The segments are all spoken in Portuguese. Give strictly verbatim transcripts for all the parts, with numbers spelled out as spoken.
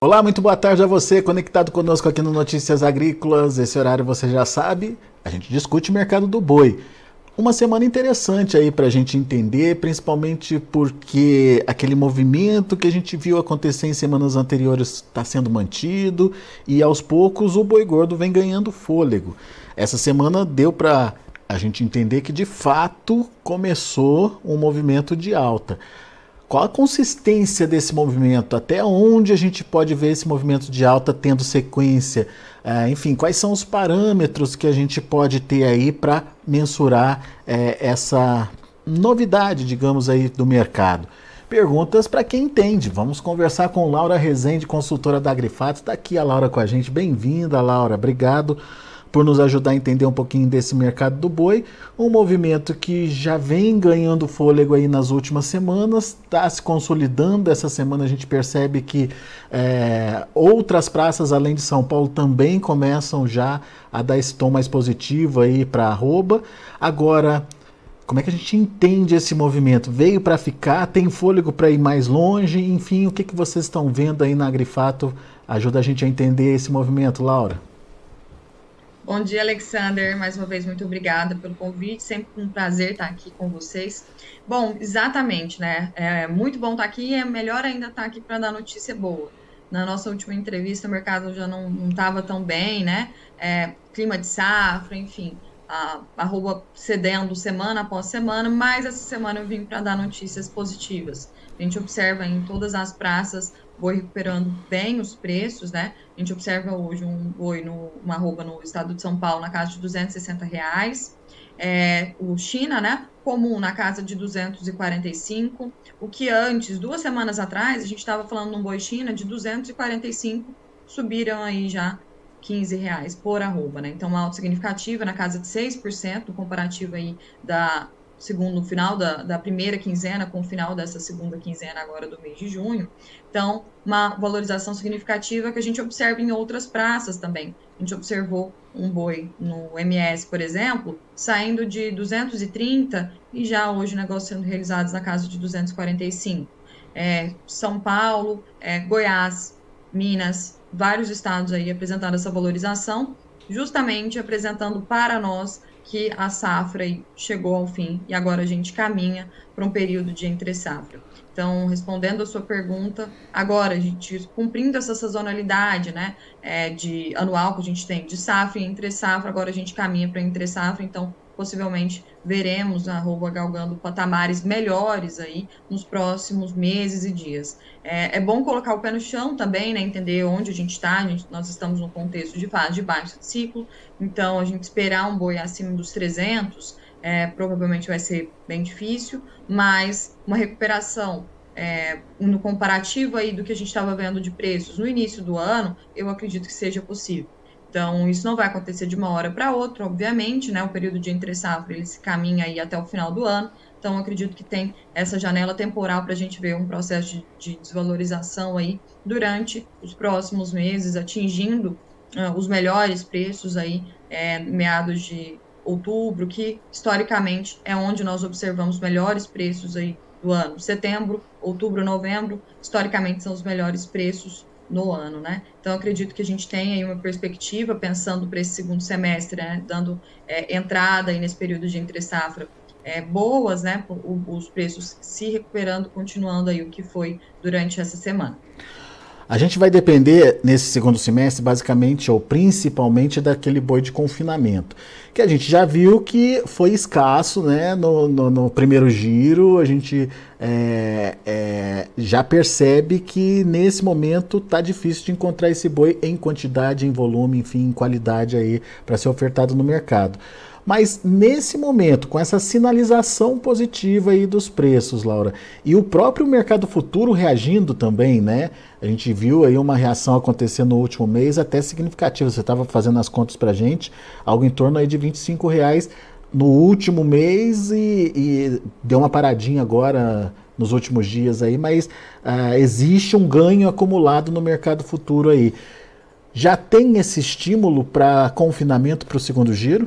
Olá, muito boa tarde a você, conectado conosco aqui no Notícias Agrícolas. Esse horário você já sabe, a gente discute o mercado do boi. Uma semana interessante aí para a gente entender, principalmente porque aquele movimento que a gente viu acontecer em semanas anteriores está sendo mantido e aos poucos o boi gordo vem ganhando fôlego. Essa semana deu para a gente entender que de fato começou um movimento de alta. Qual a consistência desse movimento? Até onde a gente pode ver esse movimento de alta tendo sequência? É, enfim, quais são os parâmetros que a gente pode ter aí para mensurar é, essa novidade, digamos aí, do mercado? Perguntas para quem entende. Vamos conversar com Laura Rezende, consultora da Agrifatos. Está aqui a Laura com a gente. Bem-vinda, Laura. Obrigado por nos ajudar a entender um pouquinho desse mercado do boi, um movimento que já vem ganhando fôlego aí nas últimas semanas, está se consolidando. Essa semana a gente percebe que é, outras praças além de São Paulo também começam já a dar esse tom mais positivo aí para a arroba. Agora, como é que a gente entende esse movimento? Veio para ficar? Tem fôlego para ir mais longe? Enfim, o que, que vocês estão vendo aí na Agrifato? Ajuda a gente a entender esse movimento, Laura. Bom dia, Alexander. Mais uma vez, muito obrigada pelo convite. Sempre um prazer estar aqui com vocês. Bom, exatamente, né? É muito bom estar aqui e é melhor ainda estar aqui para dar notícia boa. Na nossa última entrevista, o mercado já não estava tão bem, né? É, clima de safra, enfim, a arroba cedendo semana após semana, mas essa semana eu vim para dar notícias positivas. A gente observa em todas as praças boi recuperando bem os preços, né? A gente observa hoje um boi, no, uma arroba no estado de São Paulo, na casa de duzentos e sessenta reais. É, o China, né? Comum na casa de duzentos e quarenta e cinco. O que antes, duas semanas atrás, a gente estava falando num boi China de duzentos e quarenta e cinco, subiram aí já quinze reais por arroba, né? Então, uma alta significativa na casa de seis por cento, no comparativo aí da segundo final da, da primeira quinzena com o final dessa segunda quinzena agora do mês de junho. Então, uma valorização significativa que a gente observa em outras praças também. A gente observou um boi no M S, por exemplo, saindo de duzentos e trinta e já hoje negócios sendo realizados na casa de duzentos e quarenta e cinco. É, São Paulo, é, Goiás, Minas, vários estados aí apresentando essa valorização, justamente apresentando para nós que a safra chegou ao fim e agora a gente caminha para um período de entre-safra. Então, respondendo a sua pergunta, agora a gente cumprindo essa sazonalidade, né, é, de anual que a gente tem de safra e entre-safra, agora a gente caminha para entre-safra, então possivelmente veremos a arroba galgando patamares melhores aí nos próximos meses e dias. É, é bom colocar o pé no chão também, né, entender onde a gente está, nós estamos num contexto de fase de baixo de ciclo, então a gente esperar um boi acima dos trezentos é, provavelmente vai ser bem difícil, mas uma recuperação é, no comparativo aí do que a gente estava vendo de preços no início do ano, eu acredito que seja possível. Então, isso não vai acontecer de uma hora para outra, obviamente, né? O período de entre-safra, ele se caminha aí até o final do ano. Então, acredito que tem essa janela temporal para a gente ver um processo de, de desvalorização aí durante os próximos meses, atingindo uh, os melhores preços aí, é, meados de outubro, que historicamente é onde nós observamos melhores preços aí do ano. Setembro, outubro, novembro, historicamente são os melhores preços no ano, né? Então, acredito que a gente tem aí uma perspectiva, pensando para esse segundo semestre, né? Dando é, entrada aí nesse período de entre-safra é, boas, né? O, os preços se recuperando, continuando aí o que foi durante essa semana. A gente vai depender, nesse segundo semestre, basicamente, ou principalmente, daquele boi de confinamento, que a gente já viu que foi escasso, né, no, no, no primeiro giro. A gente é, é, já percebe que, nesse momento, está difícil de encontrar esse boi em quantidade, em volume, enfim, em qualidade aí para ser ofertado no mercado. Mas nesse momento, com essa sinalização positiva aí dos preços, Laura, e o próprio mercado futuro reagindo também, né? A gente viu aí uma reação acontecer no último mês até significativa. Você estava fazendo as contas pra gente, algo em torno aí de vinte e cinco reais no último mês e, e deu uma paradinha agora nos últimos dias aí, mas uh, existe um ganho acumulado no mercado futuro aí. Já tem esse estímulo para confinamento para o segundo giro?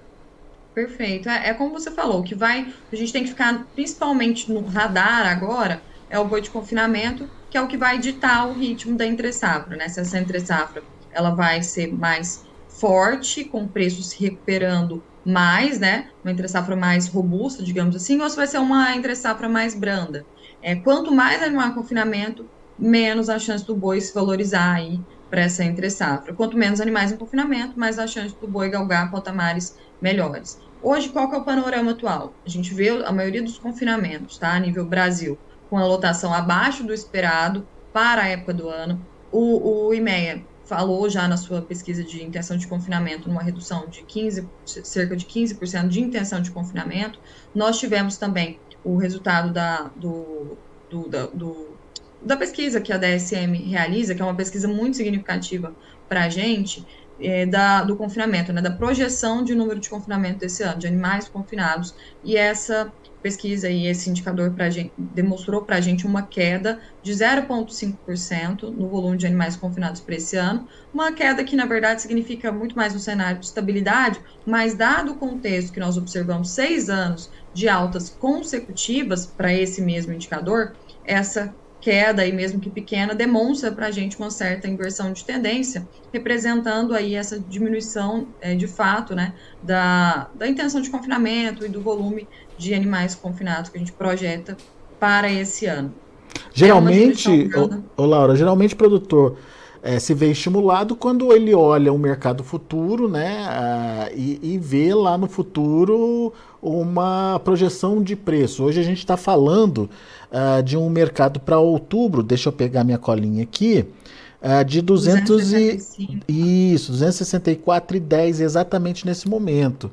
Perfeito. É, é como você falou, que vai, a gente tem que ficar principalmente no radar agora, é o boi de confinamento, que é o que vai ditar o ritmo da entre-safra, né? Se essa entre-safra ela vai ser mais forte, com preços se recuperando mais, né? Uma entre-safra mais robusta, digamos assim, ou se vai ser uma entre-safra mais branda. É, quanto mais animal em confinamento, menos a chance do boi se valorizar aí para essa entre-safra. Quanto menos animais em confinamento, mais a chance do boi galgar patamares melhores. Hoje, qual que é o panorama atual? A gente vê a maioria dos confinamentos, tá? A nível Brasil, com a lotação abaixo do esperado para a época do ano. O, o IMEA falou já na sua pesquisa de intenção de confinamento numa redução de quinze, cerca de quinze por cento de intenção de confinamento. Nós tivemos também o resultado da, do, do, da, do, da pesquisa que a D S M realiza, que é uma pesquisa muito significativa para a gente, é, da, do confinamento, né, da projeção de número de confinamento desse ano, de animais confinados, e essa pesquisa e esse indicador pra gente, demonstrou para a gente uma queda de zero vírgula cinco por cento no volume de animais confinados para esse ano, uma queda que, na verdade, significa muito mais um cenário de estabilidade, mas dado o contexto que nós observamos seis anos de altas consecutivas para esse mesmo indicador, essa queda, aí mesmo que pequena, demonstra para a gente uma certa inversão de tendência, representando aí essa diminuição é, de fato, né, da, da intenção de confinamento e do volume de animais confinados que a gente projeta para esse ano. Geralmente, é ô, ô Laura, geralmente o produtor é, se vê estimulado quando ele olha o mercado futuro, né, uh, e, e vê lá no futuro uma projeção de preço. Hoje a gente está falando uh, de um mercado para outubro, deixa eu pegar minha colinha aqui, uh, de duzentos e sessenta e cinco. Isso, duzentos e sessenta e quatro e dez exatamente nesse momento.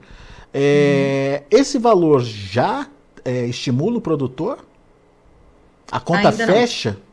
É, uhum. Esse valor já é, estimula o produtor? A conta Ainda fecha? Não.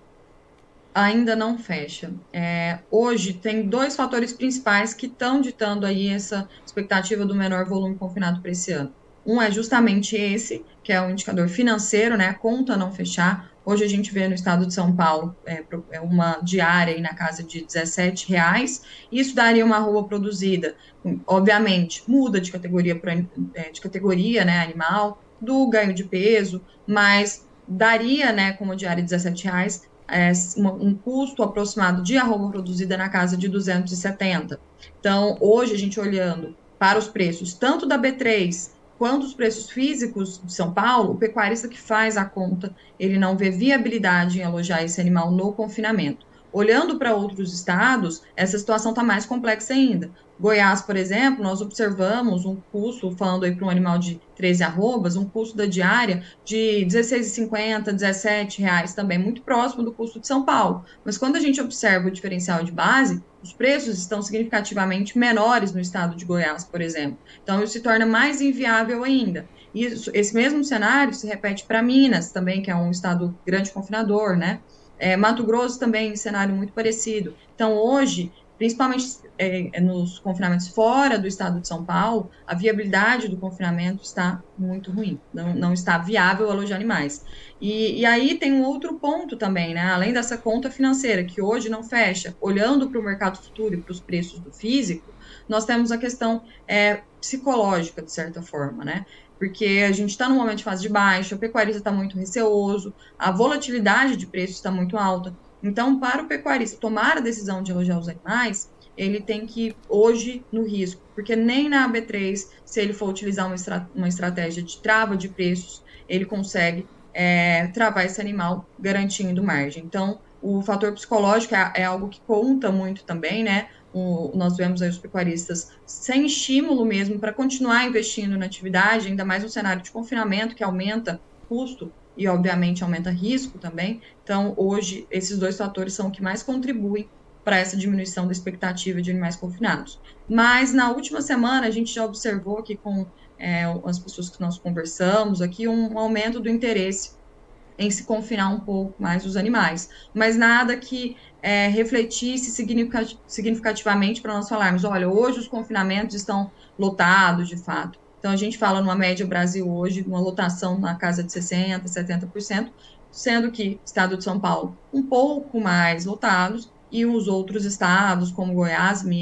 Ainda não fecha. É, hoje tem dois fatores principais que estão ditando aí essa expectativa do menor volume confinado para esse ano. Um é justamente esse, que é o indicador financeiro, né? A conta não fechar. Hoje a gente vê no estado de São Paulo é, uma diária aí na casa de dezessete reais. Isso daria uma arroba produzida, obviamente, muda de categoria para de categoria, né, animal, do ganho de peso, mas daria, né, como diária dezessete reais, é, um custo aproximado de arroba produzida na casa de duzentos e setenta. Então, hoje a gente olhando para os preços tanto da B três quanto os preços físicos de São Paulo, o pecuarista que faz a conta, ele não vê viabilidade em alojar esse animal no confinamento. Olhando para outros estados, essa situação está mais complexa ainda. Goiás, por exemplo, nós observamos um custo, falando aí para um animal de treze arrobas, um custo da diária de dezesseis reais e cinquenta centavos, dezessete reais também, muito próximo do custo de São Paulo. Mas quando a gente observa o diferencial de base, os preços estão significativamente menores no estado de Goiás, por exemplo. Então, isso se torna mais inviável ainda. E isso, esse mesmo cenário se repete para Minas também, que é um estado grande confinador, né? É, Mato Grosso também, cenário muito parecido. Então, hoje, principalmente é, nos confinamentos fora do estado de São Paulo, a viabilidade do confinamento está muito ruim, não, não está viável alojar animais. E, e aí tem um outro ponto também, né? Além dessa conta financeira, que hoje não fecha, olhando para o mercado futuro e para os preços do físico, nós temos a questão é, psicológica, de certa forma, né? Porque a gente está num momento de fase de baixa, o pecuarista está muito receoso, a volatilidade de preços está muito alta. Então, para o pecuarista tomar a decisão de alojar os animais, ele tem que ir hoje no risco, porque nem na A B três, se ele for utilizar uma, estra uma estratégia de trava de preços, ele consegue é, travar esse animal garantindo margem. Então, o fator psicológico é, é algo que conta muito também, né? O, nós vemos aí os pecuaristas sem estímulo mesmo para continuar investindo na atividade, ainda mais no cenário de confinamento, que aumenta custo e, obviamente, aumenta risco também. Então, hoje, esses dois fatores são o que mais contribuem para essa diminuição da expectativa de animais confinados. Mas, na última semana, a gente já observou aqui com é, as pessoas que nós conversamos aqui, um aumento do interesse em se confinar um pouco mais os animais, mas nada que é, refletisse significativamente para nós falarmos, olha, hoje os confinamentos estão lotados, de fato. Então, a gente fala numa média Brasil hoje, uma lotação na casa de sessenta por cento, setenta por cento, sendo que estado de São Paulo um pouco mais lotados, e os outros estados, como Goiás, Minas,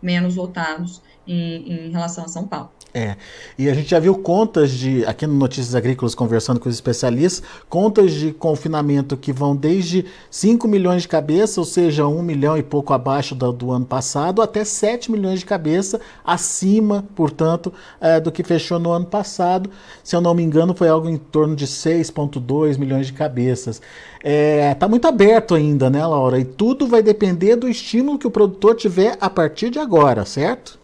menos lotados em, em relação a São Paulo. É, e a gente já viu contas de, aqui no Notícias Agrícolas, conversando com os especialistas, contas de confinamento que vão desde cinco milhões de cabeça, ou seja, um milhão e pouco abaixo do, do ano passado, até sete milhões de cabeça, acima, portanto, é, do que fechou no ano passado. Se eu não me engano, foi algo em torno de seis vírgula dois milhões de cabeças. É, tá muito aberto ainda, né, Laura? E tudo vai depender do estímulo que o produtor tiver a partir de agora, certo?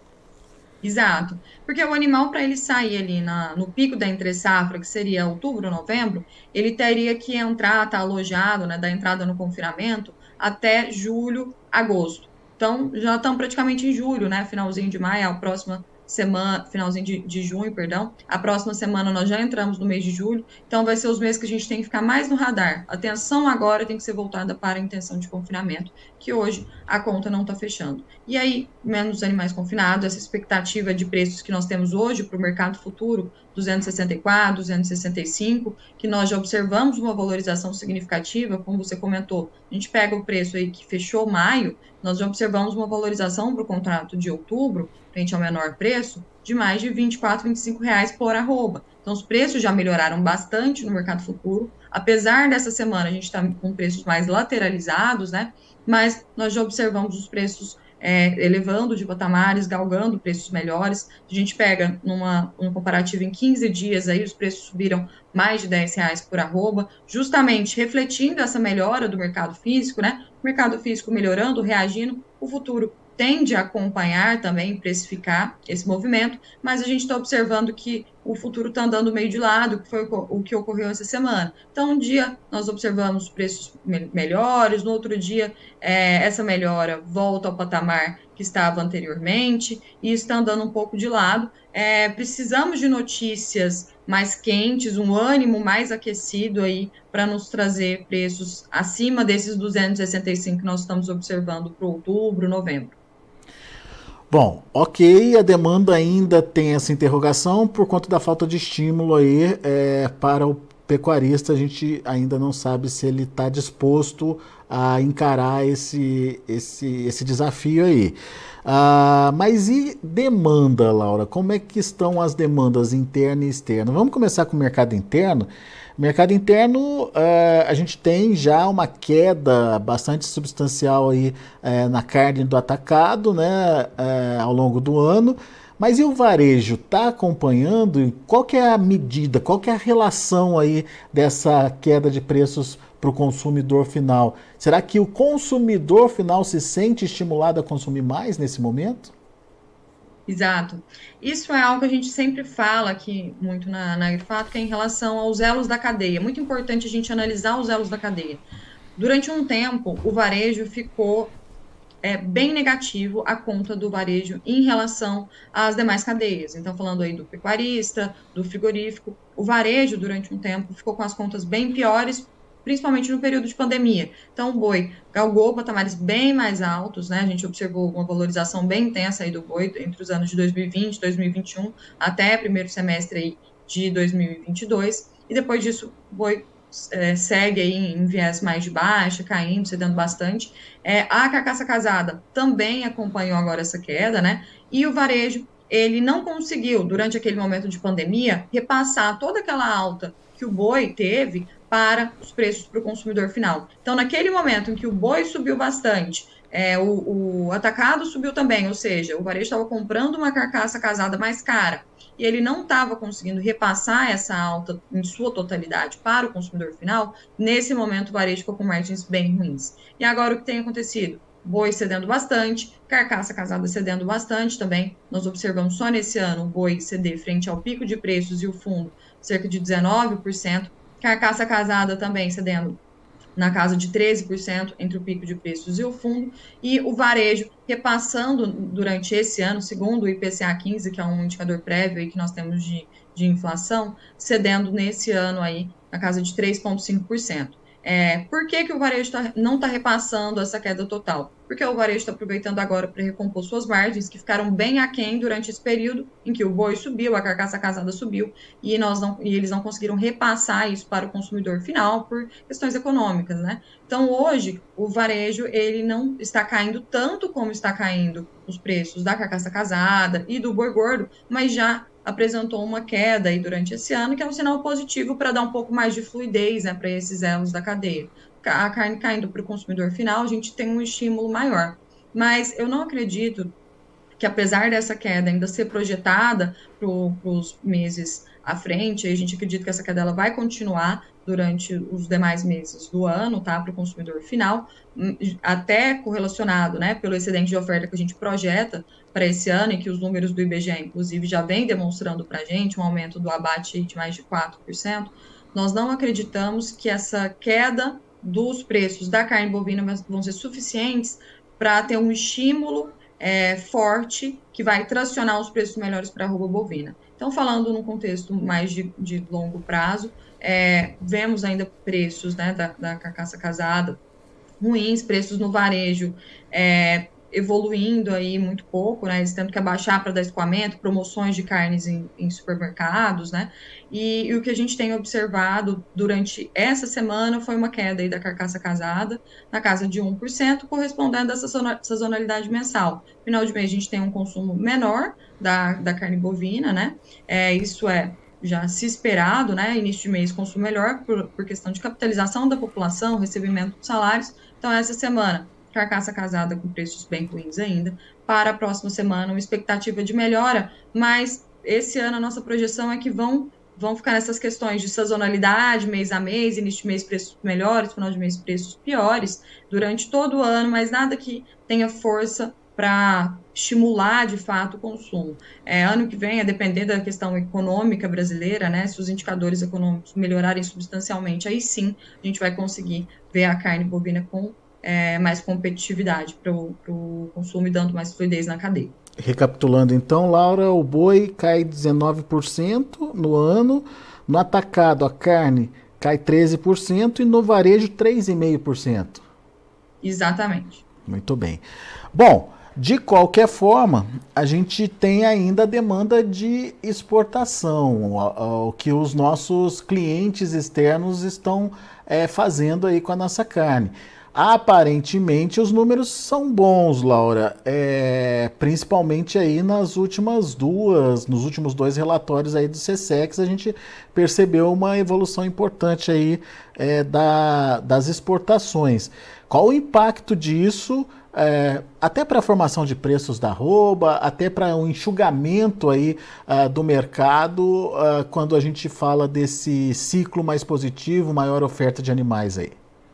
Exato, porque o animal, para ele sair ali na, no pico da entre-safra, que seria outubro, novembro, ele teria que entrar, estar tá alojado, né, da entrada no confinamento, até julho, agosto. Então, já estamos praticamente em julho, né, finalzinho de maio, a próxima semana, finalzinho de, de junho, perdão, a próxima semana nós já entramos no mês de julho, então vai ser os meses que a gente tem que ficar mais no radar. A atenção agora tem que ser voltada para a intenção de confinamento, que hoje a conta não está fechando. E aí, menos animais confinados, essa expectativa de preços que nós temos hoje para o mercado futuro, duzentos e sessenta e quatro, duzentos e sessenta e cinco, que nós já observamos uma valorização significativa, como você comentou, a gente pega o preço aí que fechou maio, nós já observamos uma valorização para o contrato de outubro, frente ao menor preço, de mais de vinte e quatro, vinte e cinco reais por arroba. Então, os preços já melhoraram bastante no mercado futuro, apesar dessa semana a gente estar tá com preços mais lateralizados, né? Mas nós já observamos os preços é, elevando de patamares, galgando preços melhores. A gente pega numa, um comparativo em quinze dias, aí os preços subiram mais de dez reais por arroba, justamente refletindo essa melhora do mercado físico, né? O mercado físico melhorando, reagindo, o futuro tende a acompanhar também, precificar esse movimento, mas a gente está observando que o futuro está andando meio de lado, que foi o que ocorreu essa semana. Então, um dia nós observamos preços me melhores, no outro dia é, essa melhora volta ao patamar que estava anteriormente, e está andando um pouco de lado. É, precisamos de notícias mais quentes, um ânimo mais aquecido aí, para nos trazer preços acima desses duzentos e sessenta e cinco que nós estamos observando para outubro, novembro. Bom, ok, a demanda ainda tem essa interrogação por conta da falta de estímulo aí é, para o pecuarista. A gente ainda não sabe se ele está disposto a encarar esse, esse, esse desafio aí. Ah, mas e demanda, Laura? Como é que estão as demandas interna e externa? Vamos começar com o mercado interno. Mercado interno, uh, a gente tem já uma queda bastante substancial aí, uh, na carne do atacado, né, uh, ao longo do ano. Mas e o varejo? Está acompanhando? Qual que é a medida, qual que é a relação aí dessa queda de preços para o consumidor final? Será que o consumidor final se sente estimulado a consumir mais nesse momento? Exato. Isso é algo que a gente sempre fala aqui muito na, na Agrifato, que é em relação aos elos da cadeia. É muito importante a gente analisar os elos da cadeia. Durante um tempo, o varejo ficou é, bem negativo a conta do varejo em relação às demais cadeias. Então, falando aí do pecuarista, do frigorífico, o varejo, durante um tempo, ficou com as contas bem piores, principalmente no período de pandemia. Então, o boi galgou patamares bem mais altos, né? A gente observou uma valorização bem intensa aí do boi entre os anos de dois mil e vinte, dois mil e vinte e um, até primeiro semestre aí de dois mil e vinte e dois, e depois disso o boi é, segue aí em viés mais de baixa, caindo, cedendo bastante. É, a carcaça casada também acompanhou agora essa queda, né? E o varejo, ele não conseguiu, durante aquele momento de pandemia, repassar toda aquela alta que o boi teve para os preços para o consumidor final. Então, naquele momento em que o boi subiu bastante, é, o, o atacado subiu também, ou seja, o varejo estava comprando uma carcaça casada mais cara e ele não estava conseguindo repassar essa alta em sua totalidade para o consumidor final, nesse momento o varejo ficou com margens bem ruins. E agora o que tem acontecido? Boi cedendo bastante, carcaça casada cedendo bastante também. Nós observamos só nesse ano o boi ceder frente ao pico de preços e o fundo cerca de dezenove por cento, carcaça casada também cedendo na casa de treze por cento entre o pico de preços e o fundo, e o varejo repassando durante esse ano, segundo o I P C A quinze, que é um indicador prévio aí que nós temos de, de inflação, cedendo nesse ano aí na casa de três vírgula cinco por cento. É, por que, que o varejo tá, não está repassando essa queda total? Porque o varejo está aproveitando agora para recompor suas margens, que ficaram bem aquém durante esse período em que o boi subiu, a carcaça casada subiu, e, nós não, e eles não conseguiram repassar isso para o consumidor final por questões econômicas, né? Então, hoje, o varejo ele não está caindo tanto como está caindo os preços da carcaça casada e do boi gordo, mas já apresentou uma queda aí durante esse ano, que é um sinal positivo para dar um pouco mais de fluidez, né, para esses elos da cadeia. A carne caindo para o consumidor final, a gente tem um estímulo maior. Mas eu não acredito que, apesar dessa queda ainda ser projetada para os meses à frente, a gente acredita que essa queda ela vai continuar durante os demais meses do ano, tá, para o consumidor final, até correlacionado, né, pelo excedente de oferta que a gente projeta para esse ano, e que os números do I B G E, inclusive, já vem demonstrando para a gente um aumento do abate de mais de quatro por cento, nós não acreditamos que essa queda dos preços da carne bovina vão ser suficientes para ter um estímulo é, forte que vai tracionar os preços melhores para a arroba bovina. Então, falando num contexto mais de, de longo prazo, é, vemos ainda preços, né, da, da carcaça casada ruins, preços no varejo é, evoluindo aí muito pouco, né, eles tendo que abaixar para dar escoamento, promoções de carnes em, em supermercados, né, e, e o que a gente tem observado durante essa semana foi uma queda aí da carcaça casada na casa de um por cento, correspondendo a essa sazonalidade mensal. No final de mês a gente tem um consumo menor da, da carne bovina, né, é, isso é já se esperado, né, início de mês consumo melhor por, por questão de capitalização da população, recebimento de salários. Então, essa semana, carcaça casada com preços bem ruins ainda. Para a próxima semana, uma expectativa de melhora, mas esse ano a nossa projeção é que vão, vão ficar nessas questões de sazonalidade, mês a mês, início de mês preços melhores, final de mês preços piores, durante todo o ano, mas nada que tenha força para estimular, de fato, o consumo. É, ano que vem, a depender da questão econômica brasileira, né, se os indicadores econômicos melhorarem substancialmente, aí sim a gente vai conseguir ver a carne bovina com é, mais competitividade para o consumo e dando mais fluidez na cadeia. Recapitulando então, Laura, o boi cai dezenove por cento no ano, no atacado a carne cai treze por cento e no varejo três vírgula cinco por cento. Exatamente. Muito bem. Bom, de qualquer forma, a gente tem ainda a demanda de exportação, o, o que os nossos clientes externos estão é, fazendo aí com a nossa carne. Aparentemente os números são bons, Laura, é, principalmente aí nas últimas duas, nos últimos dois relatórios aí do SECEX, a gente percebeu uma evolução importante aí é, da, das exportações. Qual o impacto disso, é, até para a formação de preços da arroba, até para um enxugamento aí uh, do mercado, uh, quando a gente fala desse ciclo mais positivo, maior oferta de animais aí?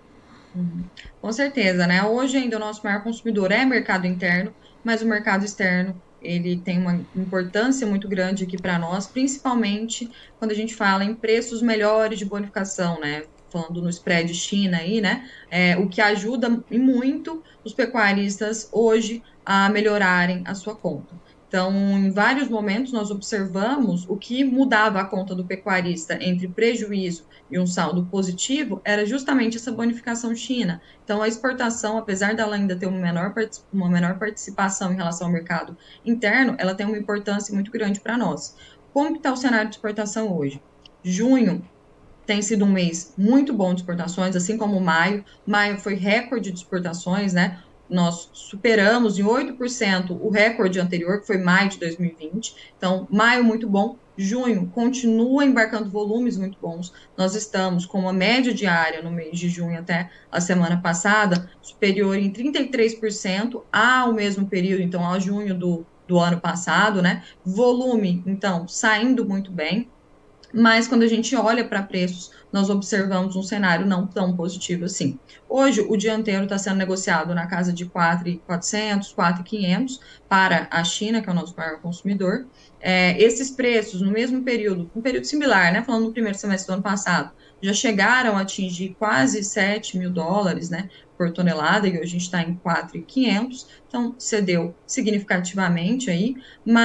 Uhum. Com certeza, né? Hoje ainda o nosso maior consumidor é mercado interno, mas o mercado externo ele tem uma importância muito grande aqui para nós, principalmente quando a gente fala em preços melhores de bonificação, né? Falando no spread China aí, né? É, o que ajuda muito os pecuaristas hoje a melhorarem a sua conta. Então, em vários momentos nós observamos o que mudava a conta do pecuarista entre prejuízo e um saldo positivo era justamente essa bonificação China. Então, a exportação, apesar dela ainda ter uma menor, uma menor participação em relação ao mercado interno, ela tem uma importância muito grande para nós. Como que está o cenário de exportação hoje? Junho tem sido um mês muito bom de exportações, assim como maio. Maio foi recorde de exportações, né? Nós superamos em oito por cento o recorde anterior, que foi maio de dois mil e vinte. Então, maio muito bom. Junho continua embarcando volumes muito bons. Nós estamos com uma média diária no mês de junho até a semana passada superior em trinta e três por cento ao mesmo período, então, ao junho do, do ano passado, né? Volume, então, saindo muito bem. Mas quando a gente olha para preços, nós observamos um cenário não tão positivo assim. Hoje, o dianteiro está sendo negociado na casa de quatro mil e quatrocentos, quatro mil e quinhentos para a China, que é o nosso maior consumidor. É, esses preços, no mesmo período, um período similar, né, falando no primeiro semestre do ano passado, já chegaram a atingir quase sete mil dólares, né, por tonelada, e hoje a gente está em quatro mil e quinhentos, então cedeu significativamente aí,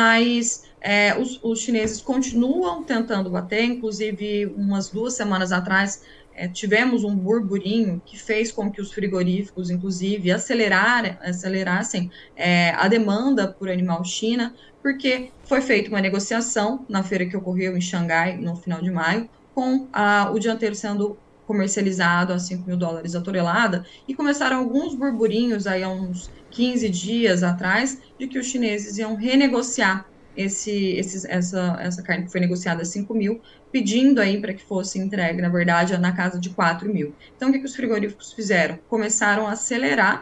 mas é, os, os chineses continuam tentando bater, inclusive umas duas semanas atrás é, tivemos um burburinho que fez com que os frigoríficos, inclusive, acelerar, acelerassem é, a demanda por animal China, porque foi feita uma negociação na feira que ocorreu em Xangai, no final de maio, com a, o dianteiro sendo comercializado a cinco mil dólares a tonelada, e começaram alguns burburinhos aí há uns quinze dias atrás, de que os chineses iam renegociar esse, esses, essa, essa carne que foi negociada a cinco mil, pedindo aí para que fosse entregue, na verdade, na casa de quatro mil. Então, o que, que os frigoríficos fizeram? Começaram a acelerar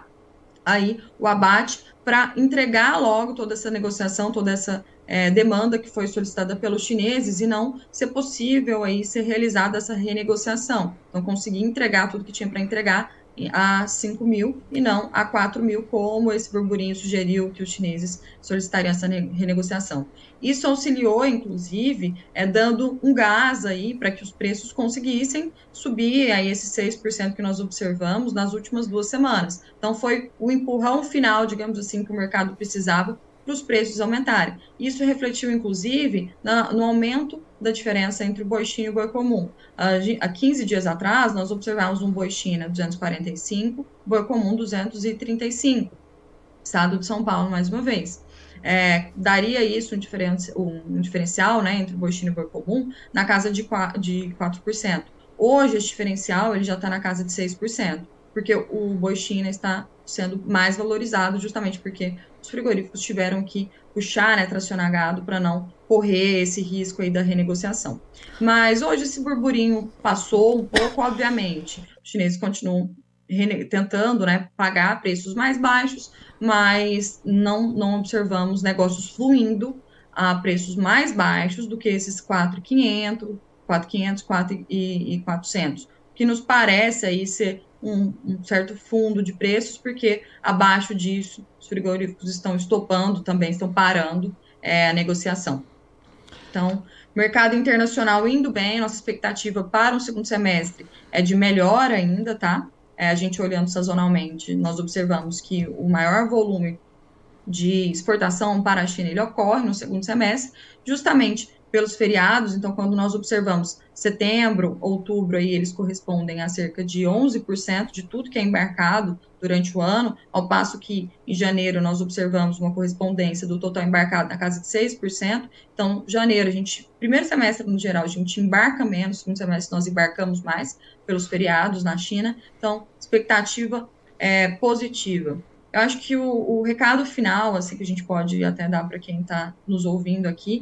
aí o abate para entregar logo toda essa negociação, toda essa é, demanda que foi solicitada pelos chineses e não ser possível aí ser realizada essa renegociação. Então, conseguir entregar tudo que tinha para entregar a cinco mil e não a quatro mil, como esse burburinho sugeriu que os chineses solicitariam essa renegociação. Isso auxiliou, inclusive, é, dando um gás aí para que os preços conseguissem subir aí esses seis por cento que nós observamos nas últimas duas semanas. Então, foi o empurrão final, digamos assim, que o mercado precisava para os preços aumentarem. Isso refletiu, inclusive, na, no aumento da diferença entre o boi China e o boi comum. Há quinze dias atrás, nós observávamos um boi China duzentos e quarenta e cinco, boi comum duzentos e trinta e cinco, estado de São Paulo, mais uma vez. É, daria isso um, diferen, um diferencial, né, entre o boi China e o boi comum na casa de quatro por cento. Hoje, esse diferencial ele já está na casa de seis por cento, porque o boi China está sendo mais valorizado justamente porque os frigoríficos tiveram que puxar, né, tracionar gado para não correr esse risco aí da renegociação. Mas hoje esse burburinho passou um pouco, obviamente. Os chineses continuam tentando, né, pagar preços mais baixos, mas não, não observamos negócios fluindo a preços mais baixos do que esses quatro mil e quinhentos, quatro mil e quinhentos, quatro mil e quatrocentos, que nos parece aí ser um, um certo fundo de preços, porque abaixo disso os frigoríficos estão estopando, também estão parando é, a negociação. Então, mercado internacional indo bem, nossa expectativa para o segundo semestre é de melhor ainda, tá? É, a gente olhando sazonalmente, nós observamos que o maior volume de exportação para a China ele ocorre no segundo semestre, justamente pelos feriados. Então, quando nós observamos setembro, outubro, aí eles correspondem a cerca de onze por cento de tudo que é embarcado durante o ano, ao passo que em janeiro nós observamos uma correspondência do total embarcado na casa de seis por cento. Então, janeiro, a gente, primeiro semestre no geral, a gente embarca menos, segundo semestre nós embarcamos mais pelos feriados na China. Então, expectativa é positiva. Eu acho que o, o recado final, assim, que a gente pode até dar para quem está nos ouvindo aqui,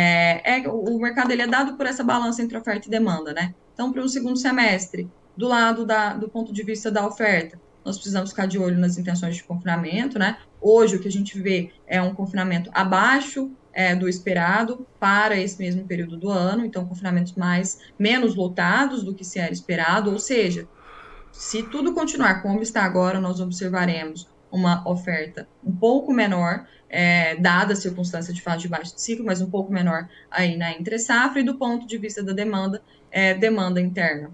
é, é o mercado ele é dado por essa balança entre oferta e demanda, né? Então, para um segundo semestre, do lado da, do ponto de vista da oferta, nós precisamos ficar de olho nas intenções de confinamento, né? Hoje, o que a gente vê é um confinamento abaixo é, do esperado para esse mesmo período do ano, então, confinamentos mais, menos lotados do que se era esperado, ou seja, se tudo continuar como está agora, nós observaremos uma oferta um pouco menor, é, dada a circunstância de fase de baixo de ciclo, mas um pouco menor aí na entre-safra, e do ponto de vista da demanda, é, demanda interna.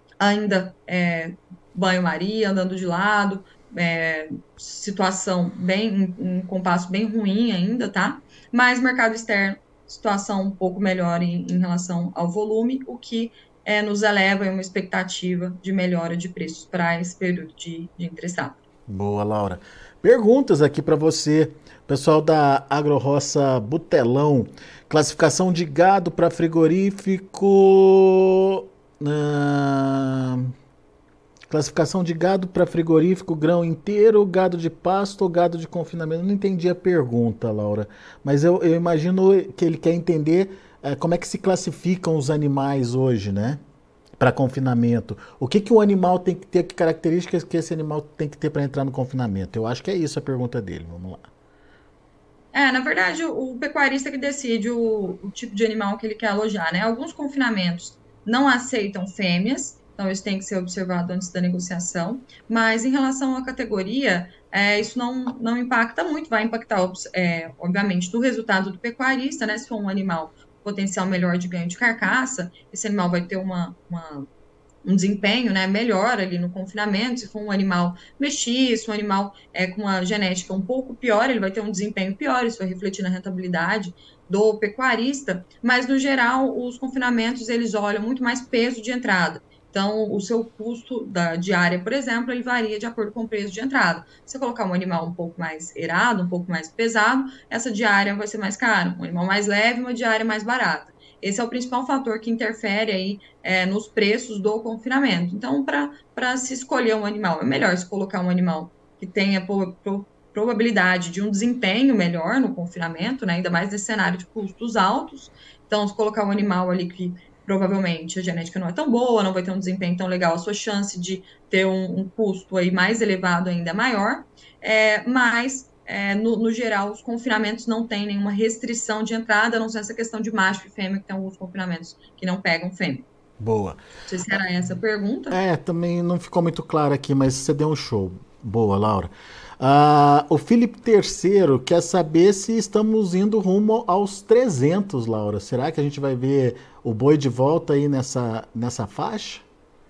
Ainda é, banho-maria, andando de lado, é, situação bem, um compasso bem ruim ainda, tá? Mas mercado externo, situação um pouco melhor em, em relação ao volume, o que é, nos eleva a uma expectativa de melhora de preços para esse período de, de entre-safra. Boa, Laura. Perguntas aqui para você, pessoal da Agroroça Butelão. Classificação de gado para frigorífico. Ah, classificação de gado para frigorífico, grão inteiro, gado de pasto ou gado de confinamento. Eu não entendi a pergunta, Laura, mas eu, eu imagino que ele quer entender é, como é que se classificam os animais hoje, né? Para confinamento. O que, que o animal tem que ter, que características que esse animal tem que ter para entrar no confinamento? Eu acho que é isso a pergunta dele. Vamos lá. É, na verdade, o, o pecuarista que decide o, o tipo de animal que ele quer alojar, né? Alguns confinamentos não aceitam fêmeas, então isso tem que ser observado antes da negociação, mas em relação à categoria, é, isso não, não impacta muito, vai impactar, é, obviamente, do resultado do pecuarista, né? Se for um animal potencial melhor de ganho de carcaça, esse animal vai ter uma, uma, um desempenho, né, melhor ali no confinamento. Se for um animal mestiço, um animal é, com uma genética um pouco pior, ele vai ter um desempenho pior, isso vai refletir na rentabilidade do pecuarista, mas no geral os confinamentos eles olham muito mais peso de entrada. Então, o seu custo da diária, por exemplo, ele varia de acordo com o preço de entrada. Se você colocar um animal um pouco mais erado, um pouco mais pesado, essa diária vai ser mais cara. Um animal mais leve, uma diária mais barata. Esse é o principal fator que interfere aí é, nos preços do confinamento. Então, para se escolher um animal, é melhor se colocar um animal que tenha pro, pro, probabilidade de um desempenho melhor no confinamento, né, ainda mais nesse cenário de custos altos. Então, se colocar um animal ali que provavelmente a genética não é tão boa, não vai ter um desempenho tão legal, a sua chance de ter um, um custo aí mais elevado ainda é maior, é, mas, é, no, no geral, os confinamentos não têm nenhuma restrição de entrada, a não ser essa questão de macho e fêmea, que tem alguns confinamentos que não pegam fêmea. Boa. Não sei se era essa a pergunta. É, também não ficou muito claro aqui, mas você deu um show. Boa, Laura. Ah, o Felipe terceiro quer saber se estamos indo rumo aos trezentos, Laura. Será que a gente vai ver o boi de volta aí nessa, nessa faixa?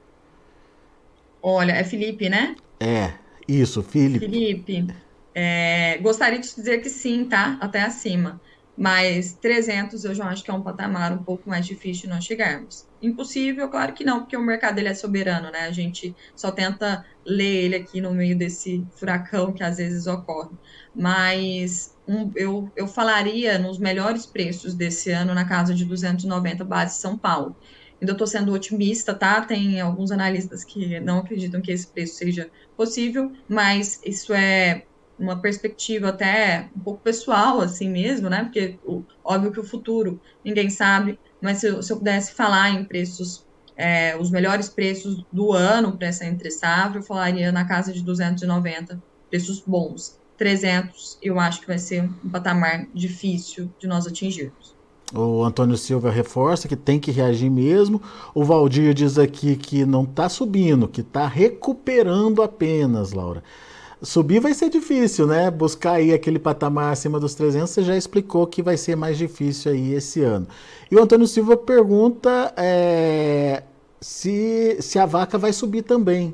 Olha, é Felipe, né? É, isso, Felipe. Felipe, é, gostaria de te dizer que sim, tá? Até acima. Mas trezentos eu já acho que é um patamar um pouco mais difícil de nós chegarmos. Impossível, claro que não, porque o mercado ele é soberano, né? A gente só tenta ler ele aqui no meio desse furacão que às vezes ocorre. Mas um, eu, eu falaria nos melhores preços desse ano na casa de duzentos e noventa base São Paulo. Ainda estou sendo otimista, tá? Tem alguns analistas que não acreditam que esse preço seja possível, mas isso é uma perspectiva até um pouco pessoal, assim mesmo, né? Porque o, óbvio que o futuro ninguém sabe, mas se eu, se eu pudesse falar em preços, é, os melhores preços do ano para essa entre safra, eu falaria na casa de duzentos e noventa, preços bons. trezentos, eu acho que vai ser um patamar difícil de nós atingirmos. O Antônio Silva reforça que tem que reagir mesmo. O Valdir diz aqui que não está subindo, que está recuperando apenas, Laura. Subir vai ser difícil, né? Buscar aí aquele patamar acima dos trezentos, você já explicou que vai ser mais difícil aí esse ano. E o Antônio Silva pergunta é, se, se a vaca vai subir também.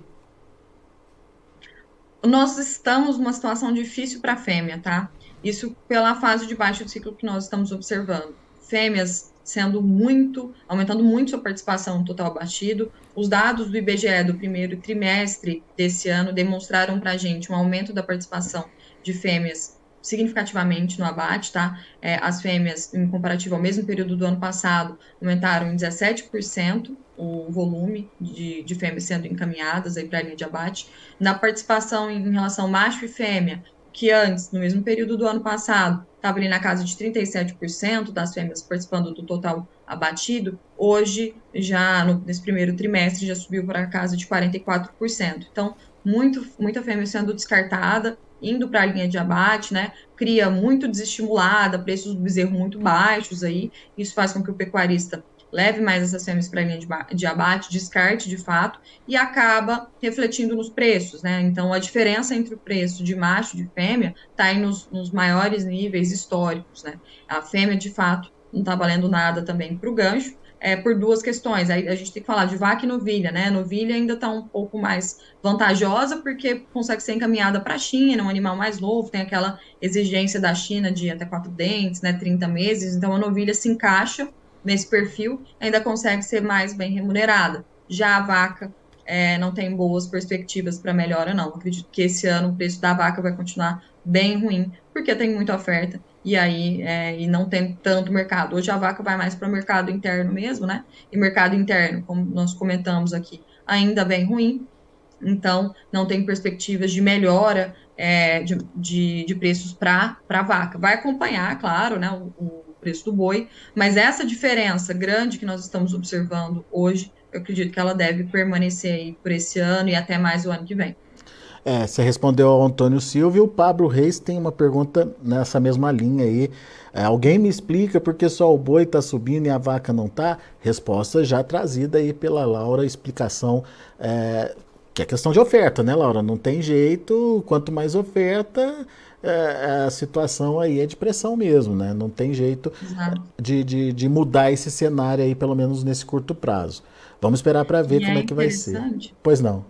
Nós estamos numa situação difícil para a fêmea, tá? Isso pela fase de baixo ciclo que nós estamos observando. Fêmeas sendo muito, aumentando muito sua participação no total abatido. Os dados do I B G E do primeiro trimestre desse ano demonstraram para a gente um aumento da participação de fêmeas significativamente no abate, tá? É, as fêmeas, em comparativo ao mesmo período do ano passado, aumentaram em dezessete por cento o volume de, de fêmeas sendo encaminhadas aí para a linha de abate. Na participação em relação macho e fêmea, que antes, no mesmo período do ano passado, estava ali na casa de trinta e sete por cento das fêmeas participando do total abatido, hoje, já no, nesse primeiro trimestre, já subiu para a casa de quarenta e quatro por cento. Então, muito, muita fêmea sendo descartada, indo para a linha de abate, né? Cria muito desestimulada, preços do bezerro muito baixos aí, isso faz com que o pecuarista leve mais essas fêmeas para a linha de, de abate, descarte de fato, e acaba refletindo nos preços, né? Então, a diferença entre o preço de macho e de fêmea está aí nos, nos maiores níveis históricos, né? A fêmea, de fato, não está valendo nada também para o gancho, é, por duas questões. Aí a gente tem que falar de vaca e novilha, né? A novilha ainda está um pouco mais vantajosa, porque consegue ser encaminhada para a China, um animal mais novo, tem aquela exigência da China de até quatro dentes, né? trinta meses, então a novilha se encaixa nesse perfil, ainda consegue ser mais bem remunerada. Já a vaca é, não tem boas perspectivas para melhora, não. Acredito que esse ano o preço da vaca vai continuar bem ruim, porque tem muita oferta e aí é, e não tem tanto mercado. Hoje a vaca vai mais para o mercado interno mesmo, né? E mercado interno, como nós comentamos aqui, ainda bem ruim. Então, não tem perspectivas de melhora é, de, de, de preços para a vaca. Vai acompanhar, claro, né, o, o preço do boi, mas essa diferença grande que nós estamos observando hoje, eu acredito que ela deve permanecer aí por esse ano e até mais o ano que vem. É, você respondeu ao Antônio Silva e o Pablo Reis tem uma pergunta nessa mesma linha aí. É, alguém me explica por que só o boi está subindo e a vaca não está? Resposta já trazida aí pela Laura, explicação é, que é questão de oferta, né, Laura? Não tem jeito, quanto mais oferta, é, a situação aí é de pressão mesmo, né? Não tem jeito de, de, de mudar esse cenário aí, pelo menos nesse curto prazo. Vamos esperar para ver E como é é que vai ser. interessante. Pois não.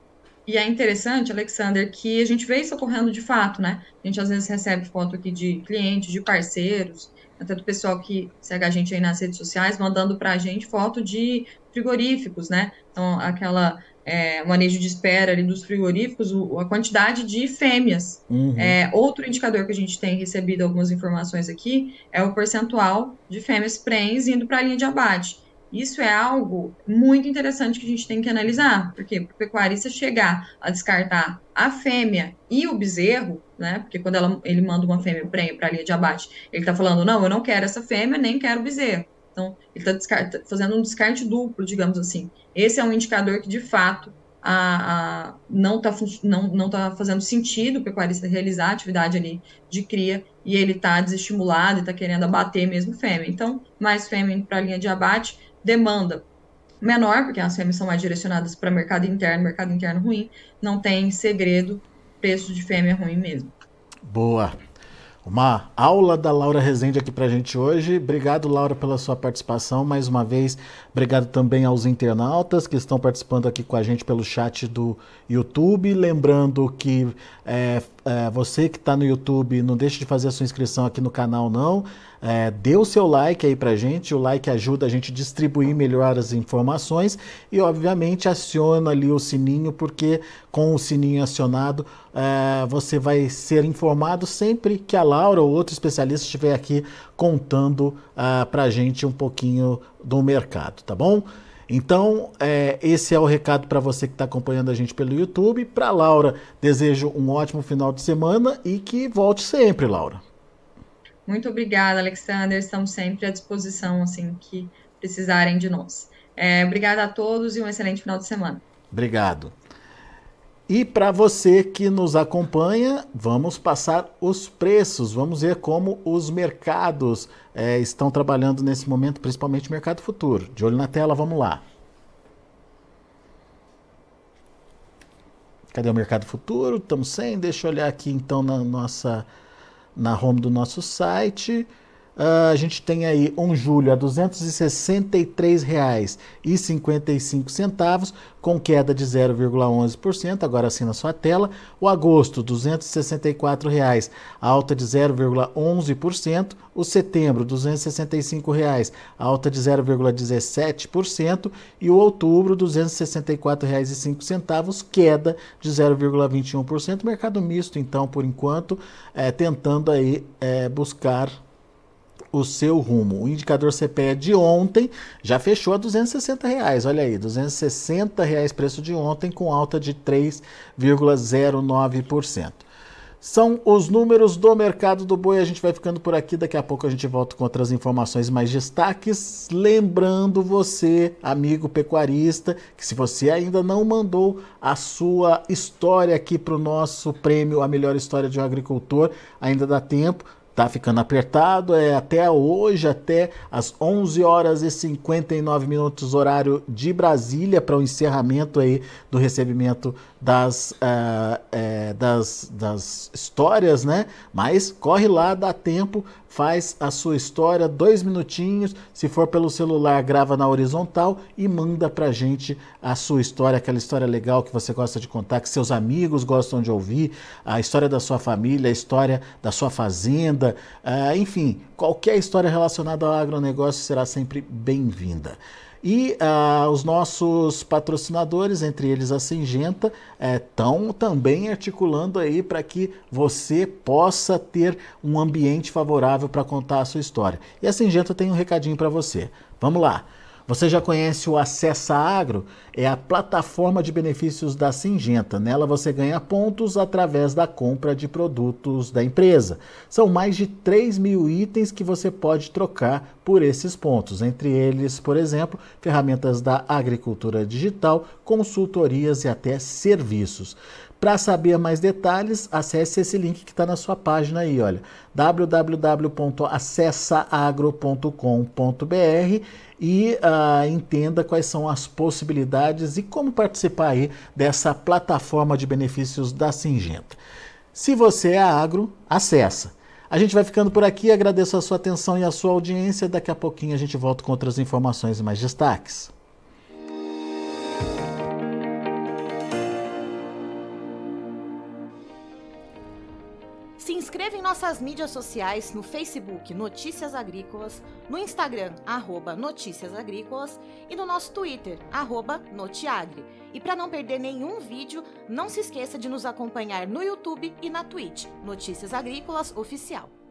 E é interessante, Alexander, que a gente vê isso ocorrendo de fato, né? A gente às vezes recebe foto aqui de clientes, de parceiros, até do pessoal que segue a gente aí nas redes sociais, mandando para a gente foto de frigoríficos, né? Então, aquela é, manejo de espera ali dos frigoríficos, o, a quantidade de fêmeas. Uhum. É, outro indicador que a gente tem recebido algumas informações aqui é o percentual de fêmeas prens indo para a linha de abate. Isso é algo muito interessante que a gente tem que analisar, porque para o pecuarista chegar a descartar a fêmea e o bezerro, né? Porque quando ela, ele manda uma fêmea para a linha de abate, ele está falando, não, eu não quero essa fêmea, nem quero o bezerro. Então, ele está fazendo um descarte duplo, digamos assim. Esse é um indicador que, de fato, a, a, não está não, não tá fazendo sentido o pecuarista realizar a atividade ali de cria e ele está desestimulado e está querendo abater mesmo fêmea. Então, mais fêmea indo para a linha de abate, demanda menor, porque as fêmeas são mais direcionadas para mercado interno, mercado interno ruim, não tem segredo, preço de fêmea ruim mesmo. Boa. Uma aula da Laura Rezende aqui pra gente hoje. Obrigado, Laura, pela sua participação. Mais uma vez, obrigado também aos internautas que estão participando aqui com a gente pelo chat do YouTube. Lembrando que é, é, você que está no YouTube, não deixe de fazer a sua inscrição aqui no canal, não. É, dê o seu like aí pra gente, o like ajuda a gente a distribuir melhor as informações e, obviamente, aciona ali o sininho, porque com o sininho acionado, é, você vai ser informado sempre que a Laura ou outro especialista estiver aqui contando uh, pra gente um pouquinho do mercado, tá bom? Então, é, esse é o recado para você que está acompanhando a gente pelo YouTube. Para Laura, desejo um ótimo final de semana e que volte sempre, Laura. Muito obrigada, Alexander. Estamos sempre à disposição, assim, que precisarem de nós. É, obrigada a todos e um excelente final de semana. Obrigado. E para você que nos acompanha, vamos passar os preços, vamos ver como os mercados é, estão trabalhando nesse momento, principalmente o mercado futuro. De olho na tela, vamos lá. Cadê o mercado futuro? Estamos sem, deixa eu olhar aqui então na nossa... na home do nosso site. Uh, a gente tem aí um julho a duzentos e sessenta e três reais e cinquenta e cinco centavos, com queda de zero vírgula onze por cento, agora assim na sua tela. O agosto, duzentos e sessenta e quatro reais, alta de zero vírgula onze por cento. O setembro, duzentos e sessenta e cinco reais, alta de zero vírgula dezessete por cento. E o outubro, duzentos e sessenta e quatro reais e cinco centavos, queda de zero vírgula vinte e um por cento. Mercado misto, então, por enquanto, é, tentando aí é, buscar o seu rumo. O indicador C P E de ontem já fechou a duzentos e sessenta reais. Olha aí, duzentos e sessenta reais preço de ontem, com alta de três vírgula zero nove por cento. São os números do mercado do boi. A gente vai ficando por aqui. Daqui a pouco a gente volta com outras informações, mais destaques. Lembrando você, amigo pecuarista, que se você ainda não mandou a sua história aqui para o nosso prêmio A Melhor História de um Agricultor, ainda dá tempo. Tá ficando apertado, é até hoje, até às onze horas e cinquenta e nove minutos, horário de Brasília, para o encerramento aí do recebimento das, uh, é, das, das histórias, né? Mas corre lá, dá tempo, faz a sua história, dois minutinhos, se for pelo celular, grava na horizontal e manda pra gente a sua história, aquela história legal que você gosta de contar, que seus amigos gostam de ouvir, a história da sua família, a história da sua fazenda, uh, enfim, qualquer história relacionada ao agronegócio será sempre bem-vinda. E uh, os nossos patrocinadores, entre eles a Syngenta, estão é, também articulando aí para que você possa ter um ambiente favorável para contar a sua história. E a Syngenta tem um recadinho para você. Vamos lá! Você já conhece o Acessa Agro? É a plataforma de benefícios da Syngenta. Nela você ganha pontos através da compra de produtos da empresa. São mais de três mil itens que você pode trocar por esses pontos. Entre eles, por exemplo, ferramentas da agricultura digital, consultorias e até serviços. Para saber mais detalhes, acesse esse link que está na sua página aí, olha, w w w ponto acessa agro ponto com ponto b r e uh, entenda quais são as possibilidades e como participar aí dessa plataforma de benefícios da Syngenta. Se você é agro, acessa. A gente vai ficando por aqui, agradeço a sua atenção e a sua audiência. Daqui a pouquinho a gente volta com outras informações e mais destaques. Se inscreva em nossas mídias sociais, no Facebook Notícias Agrícolas, no Instagram arroba Notícias Agrícolas e no nosso Twitter, arroba Notiagre. E para não perder nenhum vídeo, não se esqueça de nos acompanhar no YouTube e na Twitch, Notícias Agrícolas Oficial.